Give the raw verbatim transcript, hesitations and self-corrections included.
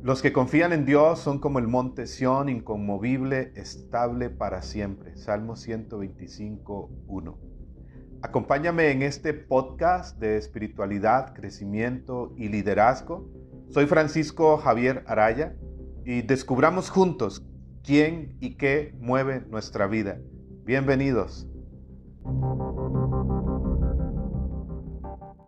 Los que confían en Dios son como el monte Sión, inconmovible, estable para siempre. Salmo ciento veinticinco, uno. Acompáñame en este podcast de espiritualidad, crecimiento y liderazgo. Soy Francisco Javier Araya y descubramos juntos quién y qué mueve nuestra vida. Bienvenidos.